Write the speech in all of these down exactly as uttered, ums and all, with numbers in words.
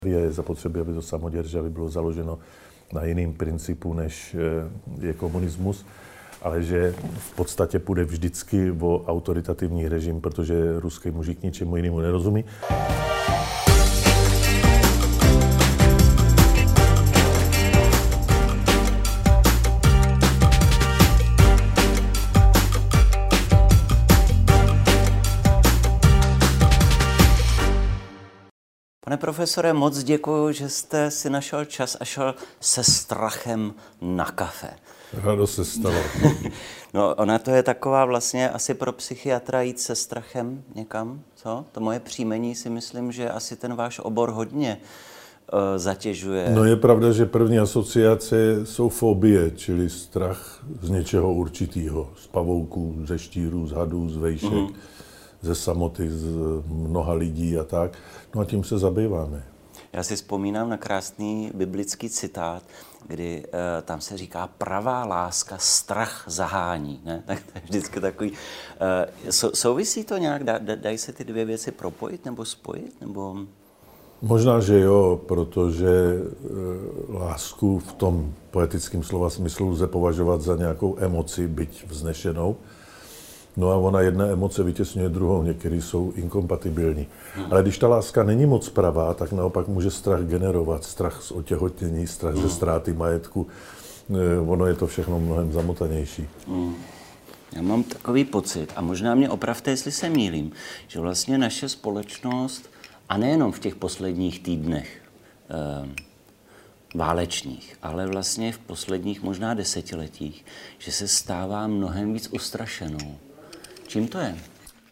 Je zapotřebí, aby to samoděržavy bylo založeno na jiným principu, než je komunismus, ale že v podstatě půjde vždycky o autoritativní režim, protože ruský mužík ničemu jinému nerozumí. Pane profesore, moc děkuji, že jste si našel čas a šel se strachem na kafe. Radost se stalo. No, ona to je taková vlastně asi pro psychiatra jít se strachem někam, co? To moje příjmení si myslím, že asi ten váš obor hodně uh, zatěžuje. No je pravda, že první asociace jsou fobie, čili strach z něčeho určitého. Z pavouků, ze štírů, z hadů, z vejšek, mm. ze samoty, z mnoha lidí a tak. No a tím se zabýváme. Já si vzpomínám na krásný biblický citát, kdy e, tam se říká pravá láska strach zahání. Ne? Tak to je vždycky takový. E, sou, souvisí to nějak? Da, da, dají se ty dvě věci propojit nebo spojit? Nebo... Možná, že jo, protože e, lásku v tom poetickém slova smyslu lze považovat za nějakou emoci, byť vznešenou. No a ona jedna emoce vytěsňuje druhou, některý jsou inkompatibilní. Hmm. Ale když ta láska není moc pravá, tak naopak může strach generovat. Strach z otěhotnění, strach hmm. ze ztráty majetku. Ono je to všechno mnohem zamotanější. Hmm. Já mám takový pocit, a možná mě opravte, jestli se mýlím, že vlastně naše společnost, a nejenom v těch posledních týdnech eh, válečných, ale vlastně v posledních možná desetiletích, že se stává mnohem víc ustrašenou. Čím to je?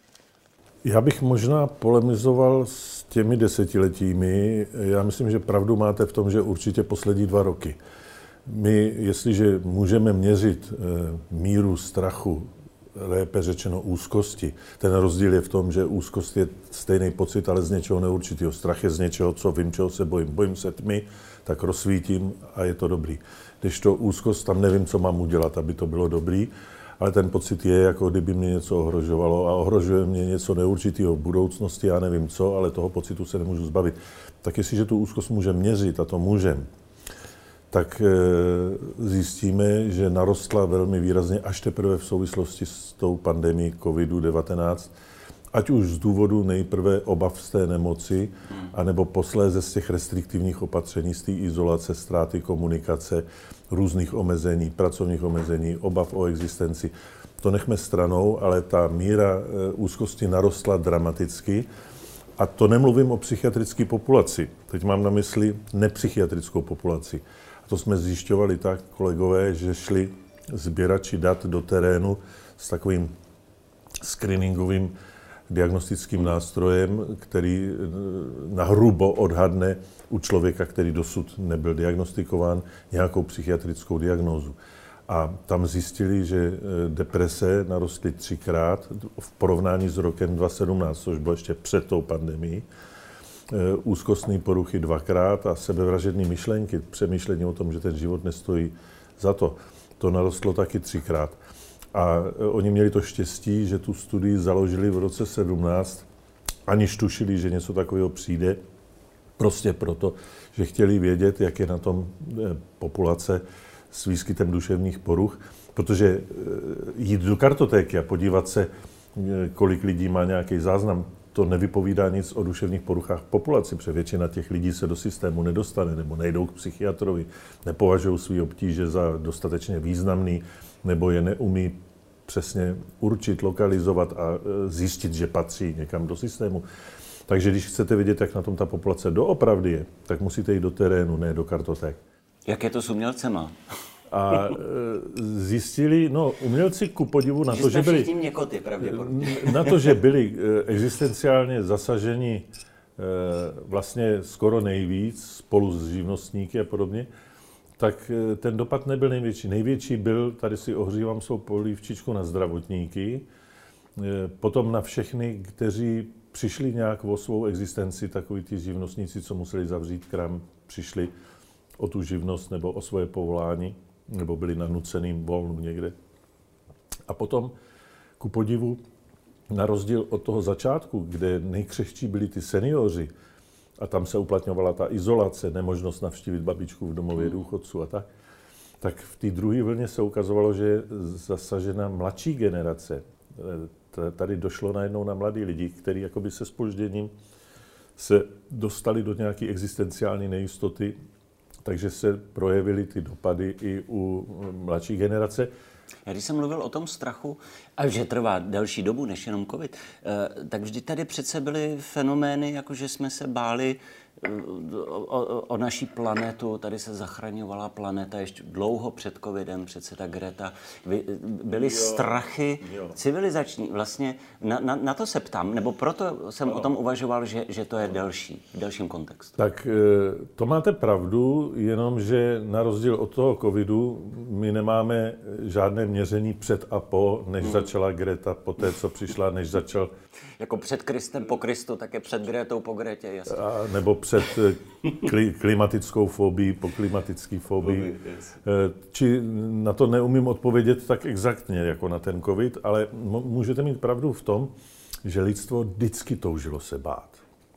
Já bych možná polemizoval s těmi desetiletími. Já myslím, že pravdu máte v tom, že určitě poslední dva roky. My, jestliže můžeme měřit míru strachu, lépe řečeno úzkosti, ten rozdíl je v tom, že úzkost je stejný pocit, ale z něčeho neurčitého. Strach je z něčeho, co vím, čeho se bojím. Bojím se tmy, tak rozsvítím a je to dobrý. Když to úzkost, tam nevím, co mám udělat, aby to bylo dobrý, ale ten pocit je, jako kdyby mě něco ohrožovalo a ohrožuje mě něco neurčitého v budoucnosti, já nevím co, ale toho pocitu se nemůžu zbavit. Tak jestliže tu úzkost můžeme měřit, a to můžeme, tak zjistíme, že narostla velmi výrazně až teprve v souvislosti s tou pandemií kovidu devatenáct, ať už z důvodu nejprve obav z té nemoci, anebo posléze z těch restriktivních opatření, z té izolace, ztráty komunikace, různých omezení, pracovních omezení, obav o existenci. To nechme stranou, ale ta míra úzkosti narostla dramaticky. A to nemluvím o psychiatrické populaci. Teď mám na mysli nepsychiatrickou populaci. A to jsme zjišťovali tak, kolegové, že šli sběrači dat do terénu s takovým screeningovým diagnostickým nástrojem, který nahrubo odhadne u člověka, který dosud nebyl diagnostikován, nějakou psychiatrickou diagnózu. A tam zjistili, že deprese narostly třikrát v porovnání s rokem dva tisíce sedmnáct, což bylo ještě před tou pandemií, úzkostné poruchy dvakrát a sebevražedné myšlenky, přemýšlení o tom, že ten život nestojí za to, to narostlo taky třikrát. A oni měli to štěstí, že tu studii založili v roce sedmnáct, aniž tušili, že něco takového přijde, prostě proto, že chtěli vědět, jak je na tom populace s výskytem duševních poruch, protože jít do kartotéky a podívat se, kolik lidí má nějaký záznam, to nevypovídá nic o duševních poruchách v populaci, protože většina těch lidí se do systému nedostane nebo nejdou k psychiatrovi, nepovažují své obtíže za dostatečně významný, nebo je neumí přesně určit, lokalizovat a zjistit, že patří někam do systému. Takže když chcete vidět, jak na tom ta populace doopravdy je, tak musíte jít do terénu, ne do kartoték. Jak je to s umělcema? A zjistili, no umělci ku podivu na to, že byli, měkoty, na to, že byli existenciálně zasaženi vlastně skoro nejvíc spolu s živnostníky a podobně, tak ten dopad nebyl největší. Největší byl, tady si ohřívám svou polívčičku, na zdravotníky, potom na všechny, kteří přišli nějak o svou existenci, takový ti živnostníci, co museli zavřít krám, přišli o tu živnost nebo o svoje povolání, nebo byli na nuceným volnu někde. A potom, ku podivu, na rozdíl od toho začátku, kde nejkřehčí byli ty seniori, a tam se uplatňovala ta izolace, nemožnost navštívit babičku v domově důchodců a tak, tak v té druhé vlně se ukazovalo, že je zasažena mladší generace. Tady došlo najednou na mladí lidi, kteří jakoby se zpožděním se dostali do nějaké existenciální nejistoty, takže se projevily ty dopady i u mladší generace. Já když jsem mluvil o tom strachu, a že trvá delší dobu než jenom covid, tak vždy tady přece byly fenomény, jako že jsme se báli o, o, o naší planetu, tady se zachraňovala planeta ještě dlouho před covidem, přece ta Greta. Byly jo, strachy jo. civilizační, vlastně na, na, na to se ptám, nebo proto jsem jo. o tom uvažoval, že, že to je delší, v delším kontextu. Tak to máte pravdu, jenomže na rozdíl od toho covidu my nemáme žádné měření před a po, než hmm. začala Greta, po té, co přišla, než začal... Jako před Kristem po Kristu, tak je před Gretou po Gretě, jasně. A, nebo před kli, klimatickou fobii, po klimatické fobii. Či na to neumím odpovědět tak exaktně, jako na ten covid, ale můžete mít pravdu v tom, že lidstvo vždycky toužilo se bát.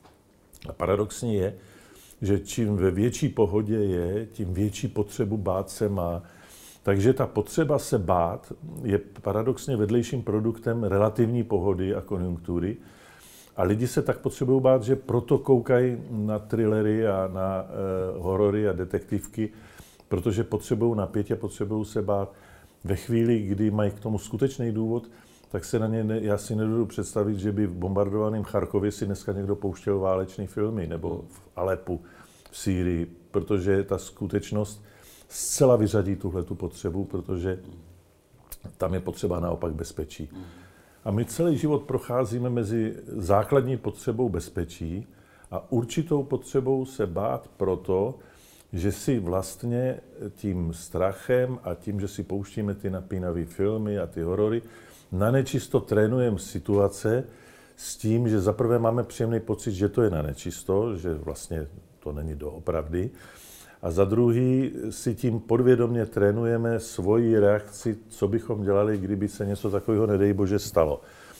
A paradoxní je, že čím ve větší pohodě je, tím větší potřebu bát se má. Takže ta potřeba se bát je paradoxně vedlejším produktem relativní pohody a konjunktury. A lidi se tak potřebují bát, že proto koukají na thrillery a na uh, horory a detektivky, protože potřebují napětě, potřebují se bát. Ve chvíli, kdy mají k tomu skutečný důvod, tak se na ně, ne, já si nedovedu představit, že by v bombardovaném Charkově si dneska někdo pouštěl váleční filmy, nebo v Alepu, v Sýrii, protože ta skutečnost zcela vyřadí tuhletu potřebu, protože tam je potřeba naopak bezpečí. A my celý život procházíme mezi základní potřebou bezpečí a určitou potřebou se bát proto, že si vlastně tím strachem a tím, že si pouštíme ty napínavé filmy a ty horory, na nečisto trénujeme situace s tím, že zaprvé máme příjemný pocit, že to je na nečisto, že vlastně to není doopravdy. A za druhý si tím podvědomě trénujeme svoji reakci, co bychom dělali, kdyby se něco takového, nedej bože, stalo.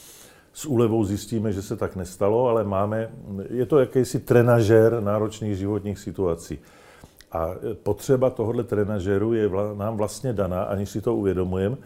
S úlevou zjistíme, že se tak nestalo, ale máme, je to jakýsi trenažér náročných životních situací. A potřeba tohohle trenažéru je vla, nám vlastně daná, aniž si to uvědomujeme.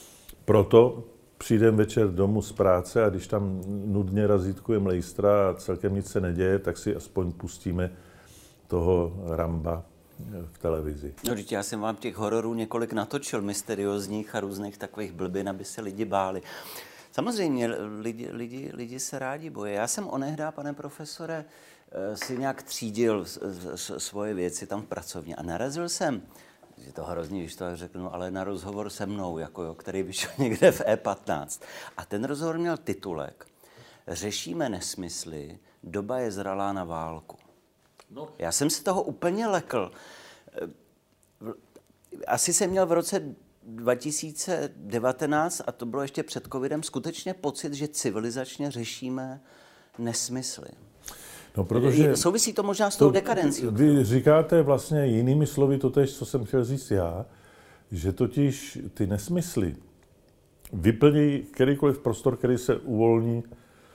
Proto přijdeme večer domů z práce a když tam nudně razítkujeme lejstra a celkem nic se neděje, tak si aspoň pustíme toho Ramba v televizi. No, já jsem vám těch hororů několik natočil, mysteriózních a různých takových blbin, aby se lidi báli. Samozřejmě lidi, lidi, lidi se rádi bojí. Já jsem onehdá, pane profesore, si nějak třídil svoje věci tam v pracovně a narazil jsem, je to hrozně, když to řeknu, ale na rozhovor se mnou, jako jo, který vyšel někde v E patnáct. A ten rozhovor měl titulek Řešíme nesmysly, doba je zralá na válku. No. Já jsem se toho úplně lekl. Asi jsem měl v roce dva tisíce devatenáct, a to bylo ještě před covidem, skutečně pocit, že civilizačně řešíme nesmysly. No, protože souvisí to možná s tou to, dekadencí. Vy říkáte vlastně jinými slovy totéž, co jsem chtěl říct já, že totiž ty nesmysly vyplní kterýkoliv prostor, který se uvolní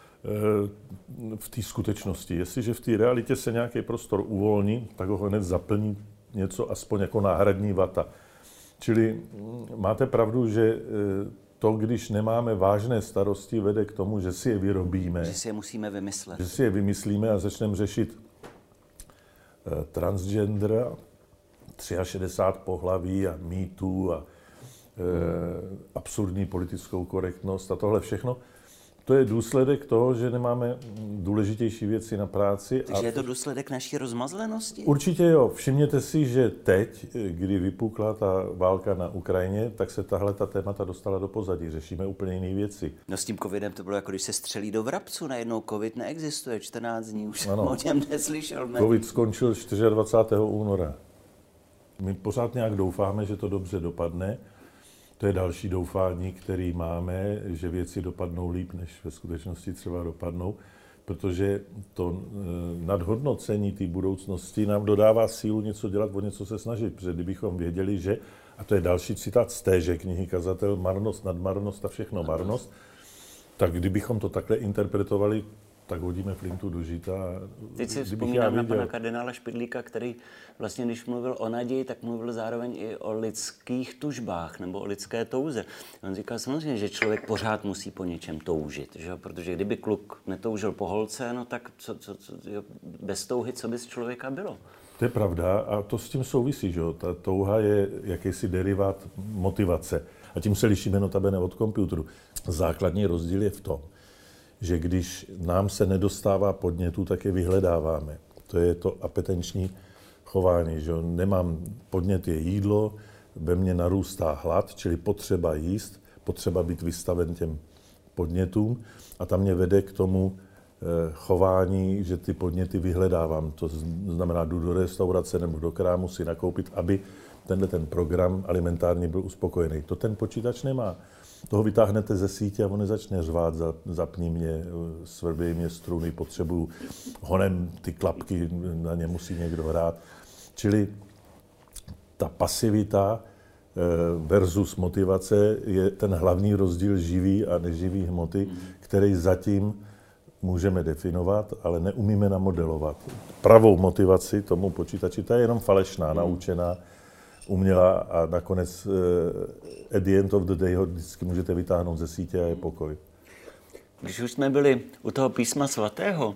v té skutečnosti. Jestliže v té realitě se nějaký prostor uvolní, tak ho hned zaplní něco aspoň jako náhradní vata. Čili máte pravdu, že to, když nemáme vážné starosti, vede k tomu, že si je vyrobíme. Že si je musíme vymyslet. Že si je vymyslíme a začneme řešit transgender, šedesát tři pohlaví a mýtů a e, absurdní politickou korektnost a tohle všechno. To je důsledek toho, že nemáme důležitější věci na práci. Takže a je to důsledek naší rozmazlenosti? Určitě jo. Všimněte si, že teď, kdy vypukla ta válka na Ukrajině, tak se tahle ta témata dostala do pozadí. Řešíme úplně jiné věci. No s tím covidem to bylo jako když se střelí do vrabců. Najednou covid neexistuje, čtrnáct dní už jsem o něm neslyšel. Covid skončil dvacátého čtvrtého února. My pořád nějak doufáme, že to dobře dopadne. To je další doufání, který máme, že věci dopadnou líp, než ve skutečnosti třeba dopadnou, protože to nadhodnocení té budoucnosti nám dodává sílu něco dělat, o něco se snažit, protože kdybychom věděli, že, a to je další citát z téže knihy Kazatel, marnost, nadmarnost a všechno marnost, tak kdybychom to takhle interpretovali, tak hodíme flintu do žita. Teď si vzpomínám na pana kardinála Špidlíka, který vlastně, když mluvil o naději, tak mluvil zároveň i o lidských tužbách nebo o lidské touze. On říkal samozřejmě, že člověk pořád musí po něčem toužit, že? Protože kdyby kluk netoužil po holce, no tak co, co, co, bez touhy, co by z člověka bylo? To je pravda a to s tím souvisí, že jo. Ta touha je jakýsi derivát motivace. A tím se lišíme notabene od počítače. Základní rozdíl je v tom, že když nám se nedostává podnětů, tak je vyhledáváme. To je to apetenční chování, že jo. Nemám podnět je jídlo, ve mně narůstá hlad, čili potřeba jíst, potřeba být vystaven těm podnětům a tam mě vede k tomu chování, že ty podněty vyhledávám. To znamená, jdu do restaurace nebo do krámu si nakoupit, aby tenhle ten program alimentární byl uspokojený. To ten počítač nemá. Toho vytáhnete ze sítě a on nezačne řvát, zapni mě, svrběj mě struny, potřebuju, honem ty klapky, na ně musí někdo hrát. Čili ta pasivita versus motivace je ten hlavní rozdíl živý a neživý hmoty, který zatím můžeme definovat, ale neumíme namodelovat. Pravou motivaci tomu počítači, ta je jenom falešná, naučená, umělá a nakonec at the end of the day ho vždycky můžete vytáhnout ze sítě a je pokoj. Když už jsme byli u toho písma svatého,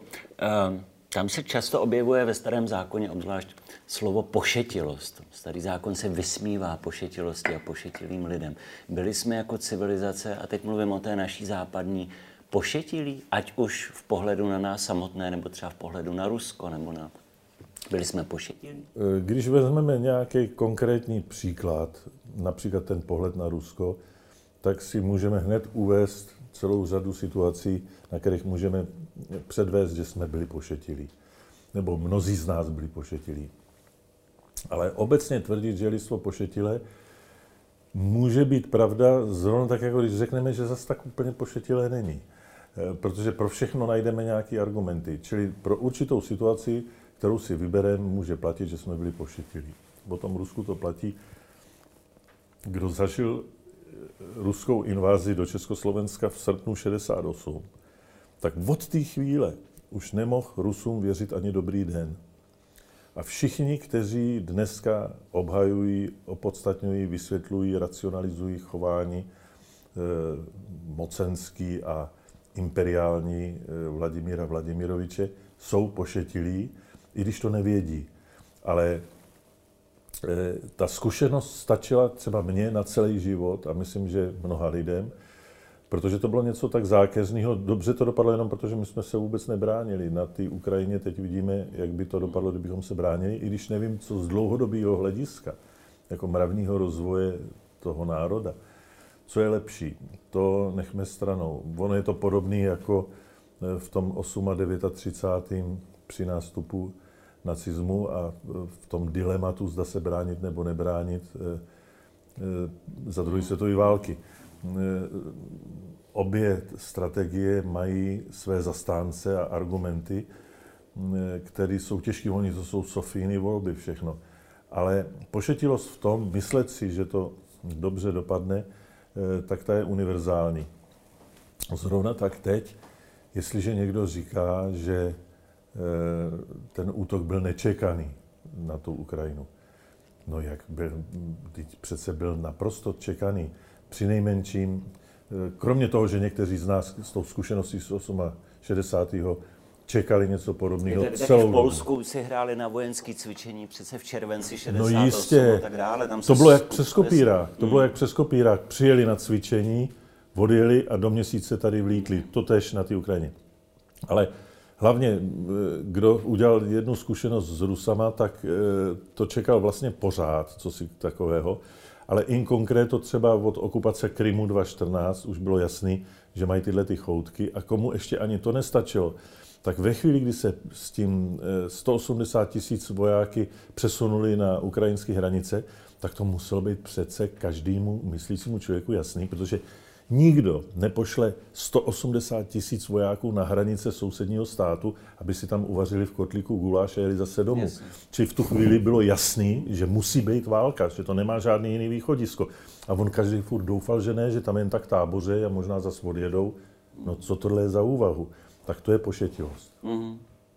tam se často objevuje ve Starém zákoně obzvlášť slovo pošetilost. Starý zákon se vysmívá pošetilosti a pošetilým lidem. Byli jsme jako civilizace, a teď mluvím o té naší západní, pošetilí, ať už v pohledu na nás samotné, nebo třeba v pohledu na Rusko, nebo na... Byli jsme pošetilí? Když vezmeme nějaký konkrétní příklad, například ten pohled na Rusko, tak si můžeme hned uvést celou řadu situací, na kterých můžeme předvést, že jsme byli pošetilí. Nebo mnozí z nás byli pošetilí. Ale obecně tvrdit, že je lidstvo pošetilé, může být pravda zrovna tak, jako když řekneme, že zase tak úplně pošetilé není. Protože pro všechno najdeme nějaké argumenty. Čili pro určitou situaci, kterou si vybereme, může platit, že jsme byli pošetilí. O tom Rusku to platí. Kdo zažil ruskou invazi do Československa v srpnu šedesát osm, tak od té chvíle už nemohl Rusům věřit ani dobrý den. A všichni, kteří dneska obhajují, opodstatňují, vysvětlují, racionalizují chování e, mocenský a imperiální e, Vladimíra Vladimiroviče, jsou pošetilí, i když to nevědí. Ale e, ta zkušenost stačila třeba mně na celý život a myslím, že mnoha lidem, protože to bylo něco tak zákeřného. Dobře to dopadlo jenom protože my jsme se vůbec nebránili. Na té Ukrajině teď vidíme, jak by to dopadlo, kdybychom se bránili, i když nevím, co z dlouhodobého hlediska, jako mravního rozvoje toho národa. Co je lepší, to nechme stranou. Ono je to podobné jako v tom třicátém osmém při nástupu nacismu a v tom dilematu, zda se bránit nebo nebránit za druhé světové války. Obě strategie mají své zastánce a argumenty, které jsou těžké, oni to jsou Sofíny volby, všechno. Ale pošetilost v tom, myslet si, že to dobře dopadne, tak ta je univerzální. Zrovna tak teď, jestliže někdo říká, že ten útok byl nečekaný na tu Ukrajinu, no jak byl, teď přece byl naprosto čekaný. Přinejmenším, kromě toho, že někteří z nás s tou zkušeností z šedesátého osmého čekali něco podobného. Tak v Polsku si hráli na vojenské cvičení přece v červenci šedesát osm no jistě, a tak dále. Tam to bylo jak přes kopírák. To bylo jak přes kopírák. Přijeli na cvičení, odjeli a do měsíce tady vlítli. Totéž na té Ukrajině. Ale hlavně, kdo udělal jednu zkušenost s Rusama, tak to čekal vlastně pořád, co si takového. Ale in konkréto třeba od okupace Krymu dva tisíce čtrnáct už bylo jasný, že mají tyhle ty choutky a komu ještě ani to nestačilo, tak ve chvíli, kdy se s tím sto osmdesát tisíc vojáky přesunuli na ukrajinské hranice, tak to muselo být přece každému myslícímu člověku jasný, protože nikdo nepošle sto osmdesát tisíc vojáků na hranice sousedního státu, aby si tam uvařili v kotlíku guláš a jeli zase domů. Yes. Či v tu chvíli bylo jasný, že musí být válka, že to nemá žádný jiný východisko. A on každý furt doufal, že ne, že tam jen tak táboře a možná zase odjedou. No co tohle je za úvahu? tak to je pošetilost. Mm.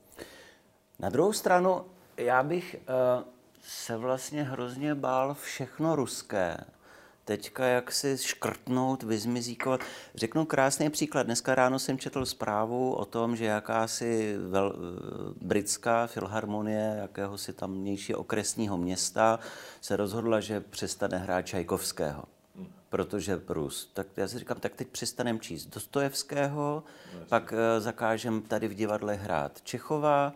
Na druhou stranu, já bych uh, se vlastně hrozně bál všechno ruské. Teďka jak si škrtnout, vyzmizíkovat. Řeknu krásný příklad. Dneska ráno jsem četl zprávu o tom, že jakási vel, britská filharmonie jakéhosi tamnější okresního města se rozhodla, že přestane hrát Čajkovského. Protože Rus. Tak já si říkám, tak teď přestaneme číst Dostojevského, no, pak uh, zakážeme tady v divadle hrát Čechova.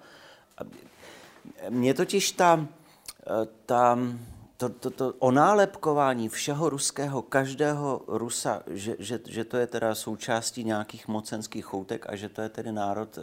Mně totiž ta, ta, to, to, to onálepkování všeho ruského, každého Rusa, že, že, že to je teda součástí nějakých mocenských choutek a že to je tedy národ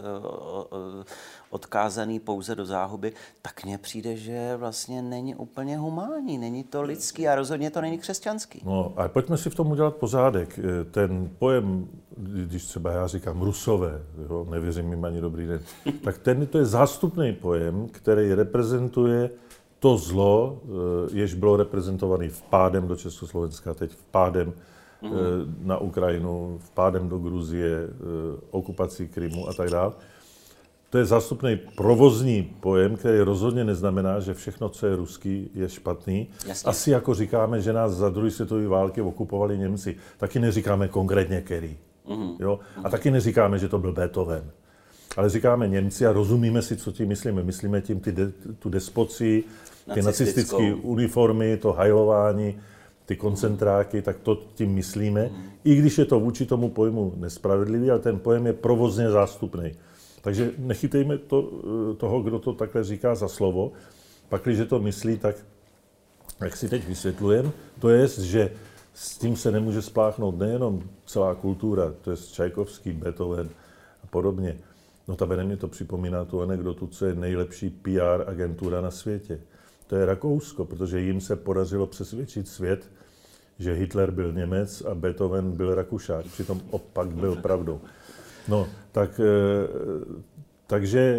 odkázaný pouze do záhuby, tak mně přijde, že vlastně není úplně humánní, není to lidský a rozhodně to není křesťanský. No a pojďme si v tom udělat pořádek. Ten pojem, když třeba já říkám Rusové, jo, nevěřím jim ani dobrý den, tak ten to je zástupný pojem, který reprezentuje to zlo, jež bylo reprezentované vpádem do Československa, teď vpádem mm. na Ukrajinu, vpádem do Gruzie, okupací Krymu a tak dále. To je zástupný provozní pojem, který rozhodně neznamená, že všechno, co je ruský, je špatný. Jasně. Asi jako říkáme, že nás za druhé světové války okupovali Němci, taky neříkáme konkrétně který. Mm. Jo? A taky neříkáme, že to byl Beethoven. Ale říkáme Němci a rozumíme si, co tím myslíme. Myslíme tím ty de, tu despocii, ty nacistické uniformy, to hajlování, ty koncentráky, tak to tím myslíme. Mm. I když je to vůči tomu pojmu nespravedlivý, ale ten pojem je provozně zástupný. Takže nechytejme to, toho, kdo to takhle říká za slovo. Pak, když to myslí, tak, jak si teď vysvětlujeme, to je, že s tím se nemůže spláchnout nejenom celá kultura, to je Čajkovský, Beethoven a podobně. Notabene mě to připomíná tu anekdotu, co je nejlepší P R agentura na světě. To je Rakousko, protože jim se podařilo přesvědčit svět, že Hitler byl Němec a Beethoven byl Rakušák. Přitom opak byl pravdou. No, tak, takže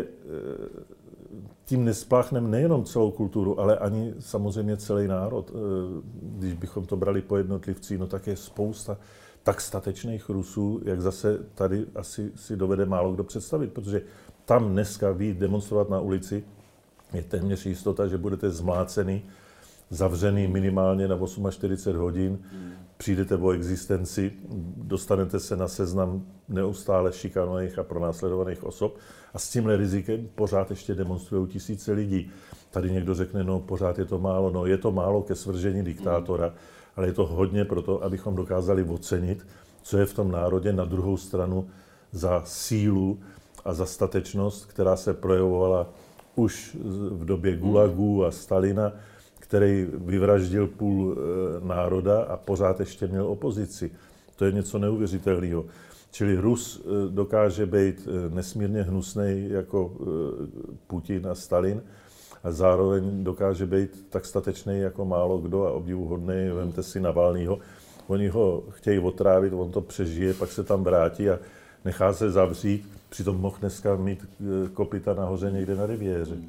tím nespláchneme nejenom celou kulturu, ale ani samozřejmě celý národ. Když bychom to brali po jednotlivcí, no tak je spousta tak statečných Rusů, jak zase tady asi si dovede málo kdo představit, protože tam dneska vyjít demonstrovat na ulici je téměř jistota, že budete zmlácený, zavřený minimálně na čtyřicet osm hodin, přijdete o existenci, dostanete se na seznam neustále šikanovaných a pronásledovaných osob a s tímhle rizikem pořád ještě demonstrují tisíce lidí. Tady někdo řekne, no pořád je to málo, no je to málo ke svržení diktátora, ale je to hodně proto, abychom dokázali ocenit, co je v tom národě na druhou stranu za sílu a za statečnost, která se projevovala už v době Gulagu a Stalina, který vyvraždil půl národa a pořád ještě měl opozici. To je něco neuvěřitelného. Čili Rus dokáže být nesmírně hnusnej jako Putin a Stalin a zároveň dokáže být tak statečný jako málo kdo a obdivuhodný. Vemte si Navalnýho. Oni ho chtějí otrávit, on to přežije, pak se tam vrátí a nechá se zavřít. Přitom mohl dneska mít kopyta nahoře někde na riviéře.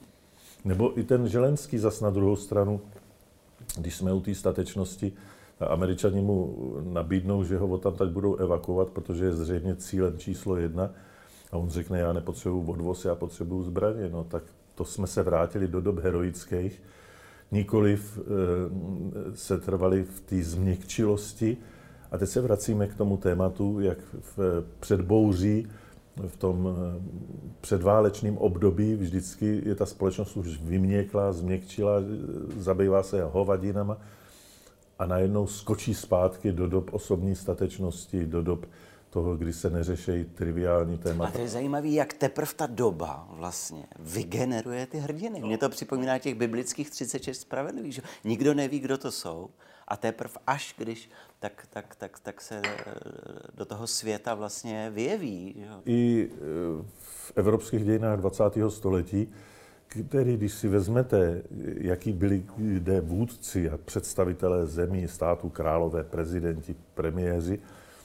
Nebo i ten Zelenský zas na druhou stranu, když jsme u té statečnosti, Američani mu nabídnou, že ho odtamtud budou evakuovat, protože je zřejmě cílem číslo jedna. A on řekne, já nepotřebuji odvoz, já potřebuji zbraně. No tak to jsme se vrátili do dob heroických. Nikoliv e, se trvali v té změkčilosti. A teď se vracíme k tomu tématu, jak v předbouří, v tom předválečném období vždycky je ta společnost už vyměkla, změkčila, zabývá se hovadinama a najednou skočí zpátky do dob osobní statečnosti, do dob toho, kdy se neřeší triviální témata. A to je zajímavé, jak teprve ta doba vlastně vygeneruje ty hrdiny. Mně to připomíná těch biblických třicet šest spravedlivých, že nikdo neví, kdo to jsou. A teprve až když, tak, tak, tak, tak se do toho světa vlastně vyjeví. Jo. I v evropských dějinách dvacátého století, který, když si vezmete, jaký byli kde vůdci a představitelé zemí, států, králové, prezidenti, premiéři,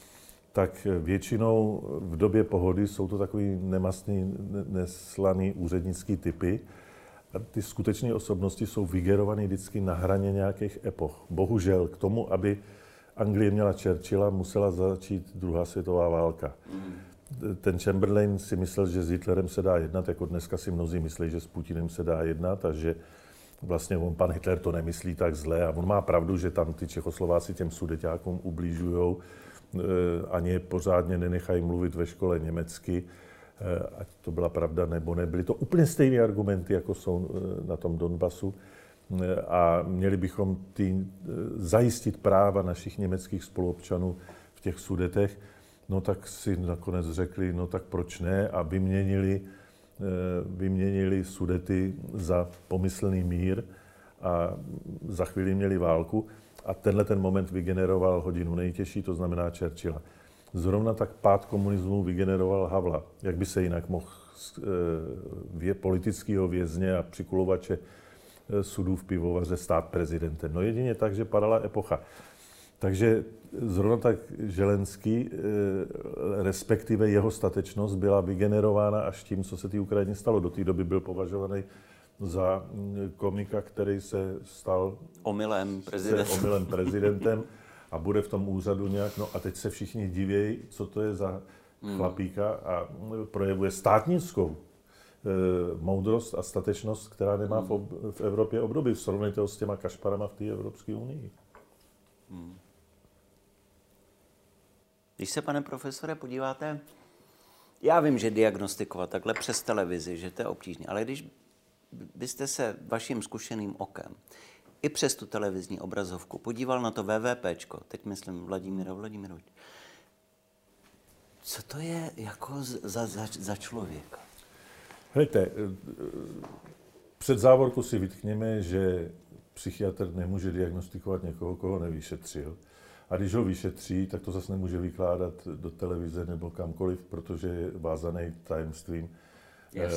tak většinou v době pohody jsou to takový nemastný, neslaný úřednický typy. A ty skutečné osobnosti jsou vygerované vždycky na hraně nějakých epoch. Bohužel k tomu, aby Anglie měla Churchilla, musela začít druhá světová válka. ten Chamberlain si myslel, že s Hitlerem se dá jednat, jako dneska si mnozí myslí, že s Putinem se dá jednat a že vlastně on, pan Hitler, to nemyslí tak zle a on má pravdu, že tam ty Čechoslováci těm Sudeťákům ubližujou, ani je pořádně nenechají mluvit ve škole německy, ať to byla pravda nebo ne. Byly to úplně stejné argumenty, jako jsou na tom Donbasu a měli bychom ty, zajistit práva našich německých spoluobčanů v těch Sudetech. No tak si nakonec řekli, no tak proč ne a vyměnili, vyměnili Sudety za pomyslný mír a za chvíli měli válku a tenhle ten moment vygeneroval hodinu nejtěžší, to znamená Churchilla. Zrovna tak pád komunismu vygeneroval Havla. Jak by se jinak mohl vě, politického vězně a přikulovače sudů v pivovaře stát prezidentem? No jedině tak, že padala epocha. Takže zrovna tak Zelenský, respektive jeho statečnost, byla vygenerována až tím, co se té Ukrajině stalo. Do té doby byl považovaný za komika, který se stal omylem prezidentem. omylem prezidentem a bude v tom úřadu nějak. No a teď se všichni divějí, co to je za chlapíka a projevuje státnickou moudrost a statečnost, která nemá v, ob- v Evropě období. Srovnejte ho s těma kašparama v té Evropské unii. Hmm. Když se, pane profesore, podíváte, já vím, že diagnostikovat takhle přes televizi, že to je obtížné, ale když byste se vaším zkušeným okem i přes tu televizní obrazovku podíval na to VVPčko, teď myslím Vladimíra Vladimirovič, co to je jako za, za, za člověka? Hejte, před závorku si vytkněme, že psychiatr nemůže diagnostikovat někoho, koho nevyšetřil. A když ho vyšetří, tak to zase nemůže vykládat do televize nebo kamkoliv, protože je vázaný tajemstvím Yes.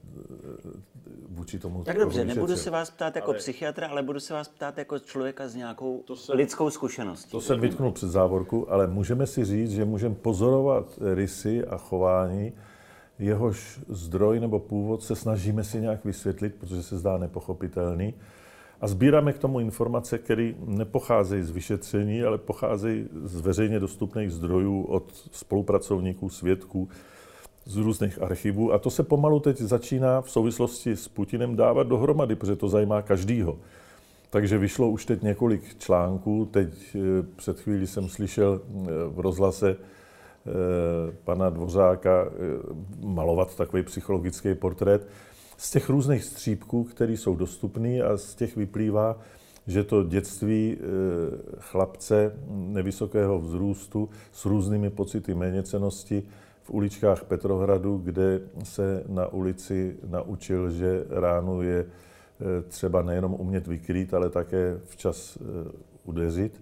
vůči tomu. Tak dobře, nebudu se vás ptát jako ale... psychiatra, ale budu se vás ptát jako člověka s nějakou jsem, lidskou zkušeností. To jsem vytknul před závorku, ale můžeme si říct, že můžeme pozorovat rysy a chování, jehož zdroj nebo původ se snažíme si nějak vysvětlit, protože se zdá nepochopitelný. A sbíráme k tomu informace, které nepocházejí z vyšetření, ale pocházejí z veřejně dostupných zdrojů od spolupracovníků, svědků, z různých archivů. A to se pomalu teď začíná v souvislosti s Putinem dávat dohromady, protože to zajímá každýho. Takže vyšlo už teď několik článků. Teď před chvílí jsem slyšel v rozhlase pana Dvořáka malovat takový psychologický portrét z těch různých střípků, které jsou dostupné a z těch vyplývá, že to dětství chlapce nevysokého vzrůstu s různými pocity méněcennosti v uličkách Petrohradu, kde se na ulici naučil, že ránu je třeba nejenom umět vykrýt, ale také včas udeřit,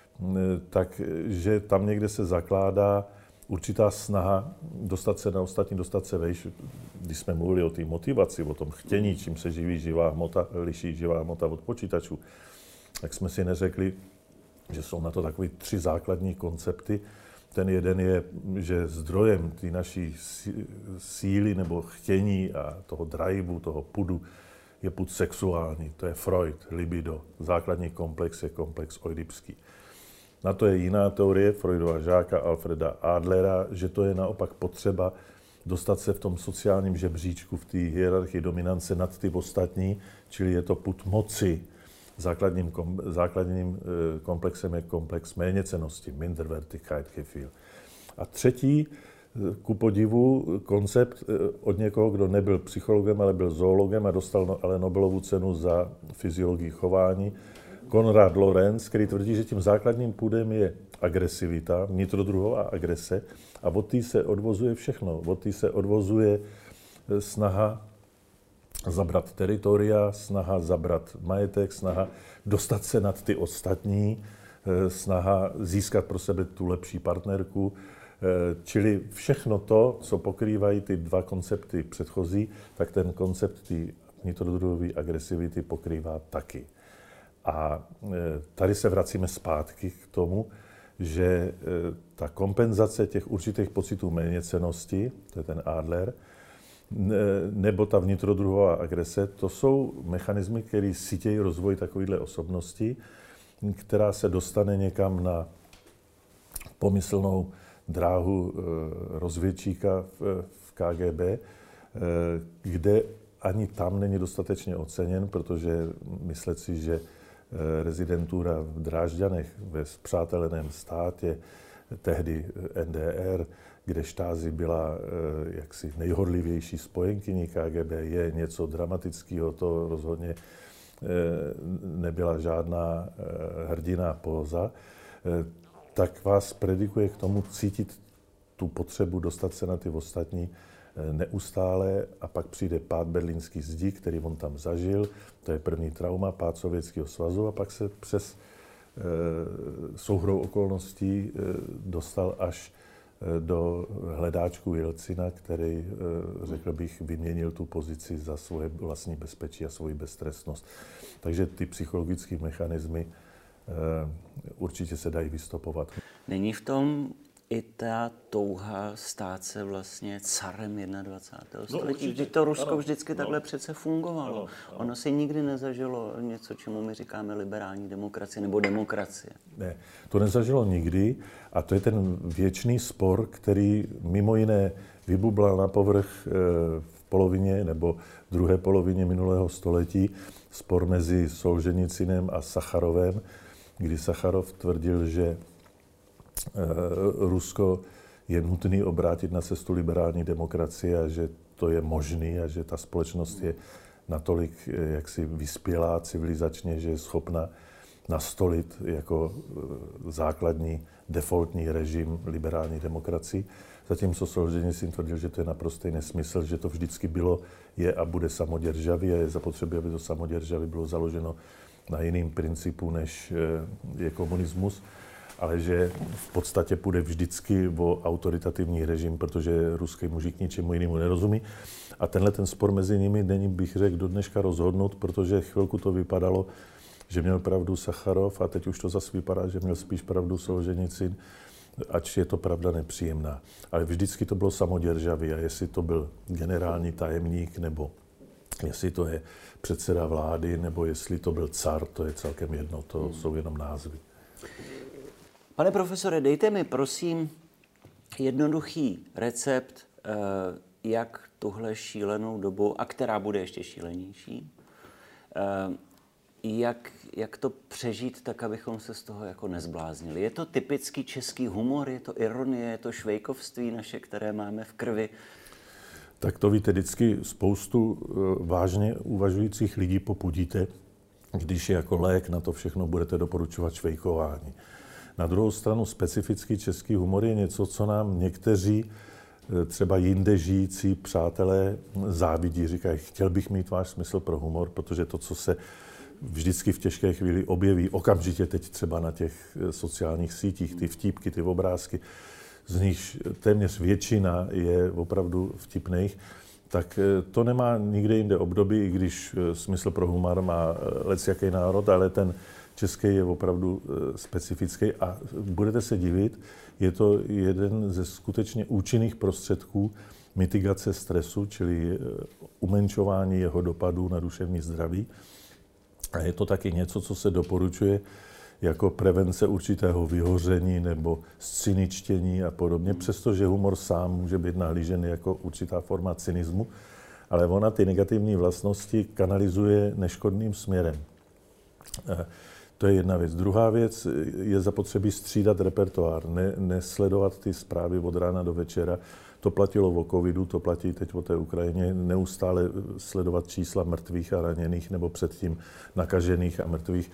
takže tam někde se zakládá určitá snaha dostat se na ostatní, dostat se vejš. Když jsme mluvili o té motivaci, o tom chtění, čím se živí živá hmota, liší živá hmota od počítačů, tak jsme si neřekli, že jsou na to takové tři základní koncepty. Ten jeden je, že zdrojem té naší síly nebo chtění a toho driveu, toho pudu, je pud sexuální. To je Freud, libido. Základní komplex je komplex oidipský. Na to je jiná teorie Freudova žáka Alfreda Adlera, že to je naopak potřeba dostat se v tom sociálním žebříčku, v té hierarchii dominance nad ty ostatní, čili je to pud moci. Základním, kom, základním komplexem je komplex méněcennosti, Minderwertigkeitsgefühl. A třetí, ku podivu, koncept od někoho, kdo nebyl psychologem, ale byl zoologem a dostal no, ale Nobelovu cenu za fyziologii chování, Konrad Lorenz, který tvrdí, že tím základním půdem je agresivita, vnitrodruhová agrese a od té se odvozuje všechno. Od té se odvozuje snaha zabrat teritoria, snaha zabrat majetek, snaha dostat se nad ty ostatní, snaha získat pro sebe tu lepší partnerku. Čili všechno to, co pokrývají ty dva koncepty předchozí, tak ten koncept té vnitrodruhové agresivity pokrývá taky. A tady se vracíme zpátky k tomu, že ta kompenzace těch určitých pocitů méněcennosti, to je ten Adler, nebo ta vnitrodruhová agrese, to jsou mechanismy, které sítějí rozvoj takovéhle osobnosti, která se dostane někam na pomyslnou dráhu rozvědčíka v, v K G B, kde ani tam není dostatečně oceněn, protože myslet si, že rezidentura v Drážďanech ve spřáteleném státě, tehdy N D R, kde Štázi byla jaksi nejhorlivější spojenkyní K G B, je něco dramatického, to rozhodně nebyla žádná hrdinná póza, tak vás predikuje k tomu cítit tu potřebu dostat se na ty ostatní neustále a pak přijde pád berlínský zdi, který on tam zažil, to je první trauma, pád Sovětského svazu a pak se přes e, souhrou okolností e, dostal až e, do hledáčku Jelcina, který, e, řekl bych, vyměnil tu pozici za svoje vlastní bezpečí a svoji beztrestnost. Takže ty psychologické mechanismy e, určitě se dají vystopovat. Není v tom i ta touha stát se vlastně carem dvacátého prvního století. Vždyť to Rusko ano, vždycky no, takhle přece fungovalo. Ano, ano. Ono si nikdy nezažilo něco, čemu my říkáme liberální demokracie nebo demokracie. Ne, to nezažilo nikdy a to je ten věčný spor, který mimo jiné vybublal na povrch v polovině nebo druhé polovině minulého století. Spor mezi Solženicinem a Sacharovem, kdy Sacharov tvrdil, že Rusko je nutný obrátit na cestu liberální demokracie a že to je možný a že ta společnost je natolik jaksi vyspělá civilizačně, že je schopna nastolit jako základní defaultní režim liberální demokracii. Zatímco Solženicin tvrdil, že to je naprostý nesmysl, že to vždycky bylo, je a bude samoděržavý a je zapotřebí, aby to samoděržavý bylo založeno na jiným principu, než je komunismus, ale že v podstatě půjde vždycky o autoritativní režim, protože ruský mužík ničemu jinému nerozumí. A tenhle ten spor mezi nimi není, bych řekl, do dneška rozhodnout, protože chvilku to vypadalo, že měl pravdu Sacharov a teď už to zase vypadá, že měl spíš pravdu Solženicin, ač je to pravda nepříjemná. Ale vždycky to bylo samoděržavý a jestli to byl generální tajemník, nebo jestli to je předseda vlády, nebo jestli to byl car, to je celkem jedno, to hmm. jsou jenom názvy. Pane profesore, dejte mi prosím jednoduchý recept, jak tuhle šílenou dobu, a která bude ještě šílenější, jak, jak to přežít tak, abychom se z toho jako nezbláznili. Je to typický český humor, je to ironie, je to švejkovství naše, které máme v krvi? Tak to víte, vždycky spoustu vážně uvažujících lidí popudíte, když jako lék na to všechno budete doporučovat švejkování. Na druhou stranu specifický český humor je něco, co nám někteří třeba jinde žijící přátelé závidí. Říkají, chtěl bych mít váš smysl pro humor, protože to, co se vždycky v těžké chvíli objeví, okamžitě teď třeba na těch sociálních sítích, ty vtípky, ty obrázky, z nich téměř většina je opravdu vtipných, tak to nemá nikde jinde období, i když smysl pro humor má lecjaký národ, ale ten český je opravdu specifický a budete se divit, je to jeden ze skutečně účinných prostředků mitigace stresu, čili umenšování jeho dopadů na duševní zdraví. A je to taky něco, co se doporučuje jako prevence určitého vyhoření nebo scéničtění a podobně, přestože humor sám může být nahlížen jako určitá forma cynismu, ale ona ty negativní vlastnosti kanalizuje neškodným směrem. To je jedna věc. Druhá věc je zapotřebí střídat repertoár, ne, nesledovat ty zprávy od rána do večera. To platilo o covidu, to platí teď o té Ukrajině. Neustále sledovat čísla mrtvých a raněných nebo předtím nakažených a mrtvých.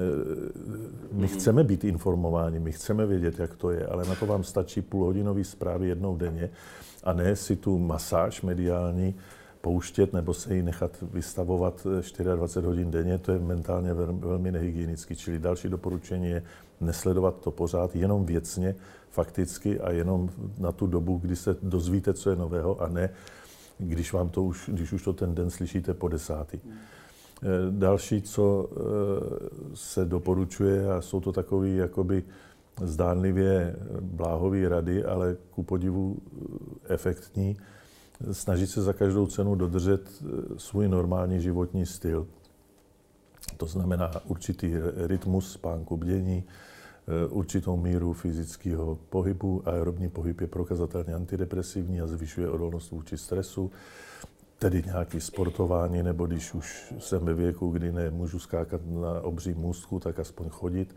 My chceme být informováni, my chceme vědět, jak to je, ale na to vám stačí půlhodinový zprávy jednou denně a ne si tu masáž mediální pouštět nebo se jí nechat vystavovat dvacet čtyři hodin denně, to je mentálně velmi nehygienický. Čili další doporučení je nesledovat to pořád, jenom věcně, fakticky a jenom na tu dobu, kdy se dozvíte, co je nového, a ne, když vám to už, když už to ten den slyšíte po desátý. Další, co se doporučuje, a jsou to takový jakoby zdánlivě bláhový rady, ale ku podivu efektní, snažit se za každou cenu dodržet svůj normální životní styl. To znamená určitý rytmus spánku, bdění, určitou míru fyzického pohybu. Aerobní pohyb je prokazatelně antidepresivní a zvyšuje odolnost vůči stresu. Tedy nějaké sportování, nebo když už jsem ve věku, kdy nemůžu skákat na obří můstku, tak aspoň chodit.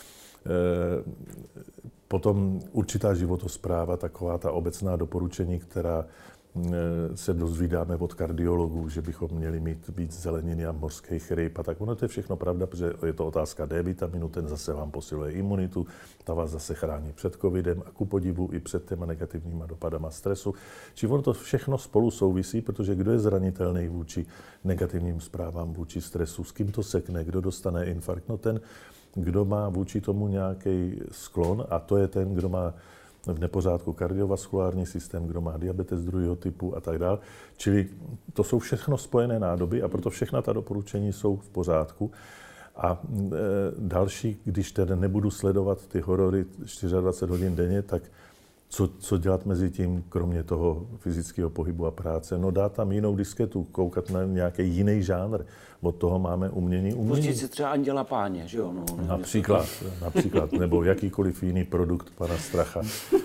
Potom určitá životospráva, taková ta obecná doporučení, která se dozvídáme od kardiologů, že bychom měli mít víc zeleniny a mořských ryb a tak. Ono to je všechno pravda, protože je to otázka D vitaminu, ten zase vám posiluje imunitu, ta vás zase chrání před covidem a ku podivu i před těma negativníma dopadama stresu. Čiže ono to všechno spolu souvisí, protože kdo je zranitelný vůči negativním zprávám, vůči stresu, s kým to sekne, kdo dostane infarkt, no ten, kdo má vůči tomu nějaký sklon, a to je ten, kdo má v nepořádku kardiovaskulární systém, kdo má diabetes druhého typu a tak dále. Čili to jsou všechno spojené nádoby a proto všechna ta doporučení jsou v pořádku. A e, další, když tedy nebudu sledovat ty horory dvacet čtyři hodin denně, tak co, co dělat mezi tím, kromě toho fyzického pohybu a práce? No dát tam jinou disketu, koukat na nějaký jiný žánr. Od toho máme umění umění. Pustit si třeba Anděla Páně, že jo? No, například, například, nebo jakýkoliv jiný produkt pana Stracha.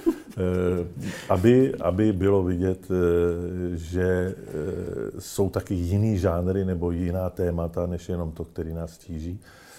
aby, aby bylo vidět, že jsou taky jiný žánry nebo jiná témata, než jenom to, který nás tíží.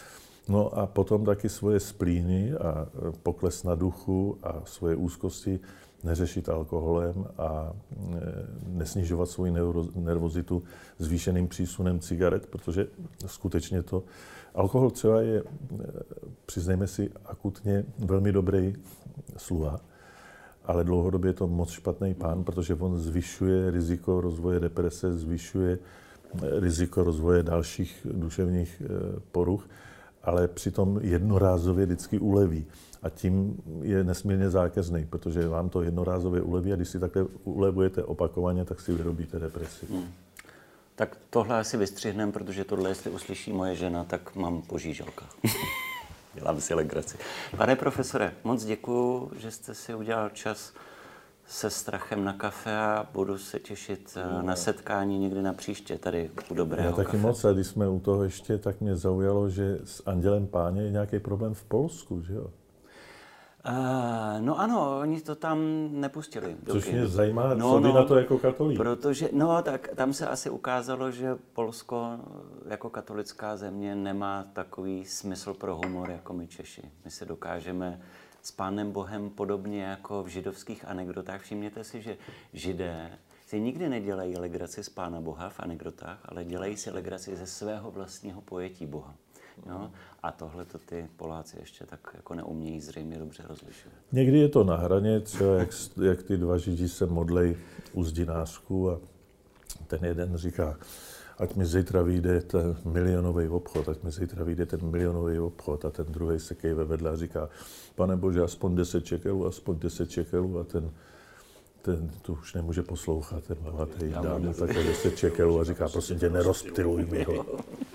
No a potom taky svoje splíny a pokles na duchu a svoje úzkosti neřešit alkoholem a nesnižovat svoji nervozitu zvýšeným přísunem cigaret, protože skutečně to... Alkohol třeba je, přiznejme si, akutně velmi dobrý sluha, ale dlouhodobě je to moc špatný pán, protože on zvyšuje riziko rozvoje deprese, zvyšuje riziko rozvoje dalších duševních poruch, ale přitom jednorázově vždycky uleví. A tím je nesmírně zákeřný, protože vám to jednorázově uleví a když si takhle ulevujete opakovaně, tak si vyrobíte depresi. Hmm. Tak tohle asi vystřihneme, protože tohle, jestli uslyší moje žena, tak mám po žíželkách. Dělám si legraci. Pane profesore, moc děkuju, že jste si udělal čas se Strachem na kafe a budu se těšit no. na setkání někdy na příště tady u dobrého Já taky kafe. moc, a když jsme u toho ještě, tak mě zaujalo, že s Andělem Páně je nějaký problém v Polsku, že jo? Uh, no ano, oni to tam nepustili. Což mě zajímá, no, co vy no, na to jako katolík. Protože, no tak tam se asi ukázalo, že Polsko jako katolická země nemá takový smysl pro humor jako my Češi. My se dokážeme s Pánem Bohem podobně jako v židovských anekdotách. Všimněte si, že Židé si nikdy nedělají legraci z Pána Boha v anekdotách, ale dělají si legraci ze svého vlastního pojetí Boha. Jo? A tohle to ty Poláci ještě tak jako neumějí zřejmě dobře rozlišovat. Někdy je to na hraně, třeba jak, jak ty dva Židi se modlej u zdinářku a ten jeden říká, ať mi zítra vyjde ten milionový obchod, ať mi zítra vyjde ten milionový obchod a ten druhý se kejve vedle a říká, Pane Bože, aspoň deset čekelů, aspoň deset čekelů a ten, ten tu už nemůže poslouchat, ten malatej dá mu také deset čekelů a říká, prosím tě, nerozptyluj mi ho.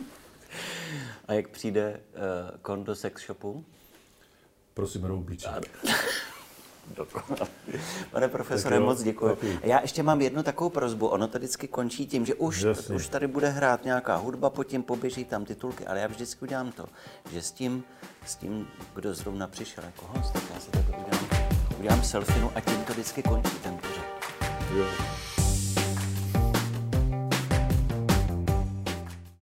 A jak přijde uh, kon do sex shopu? Prosím, roubíček. Pane profesore, jo, moc děkuji. Já ještě mám jednu takovou prosbu. Ono to vždycky končí tím, že už, už tady bude hrát nějaká hudba, potom poběží tam titulky, ale já vždycky udělám to, že s tím, s tím kdo zrovna přišel jako host, tak já se takhle udělám, udělám selfinu a tím to vždycky končí ten pořad. Jo.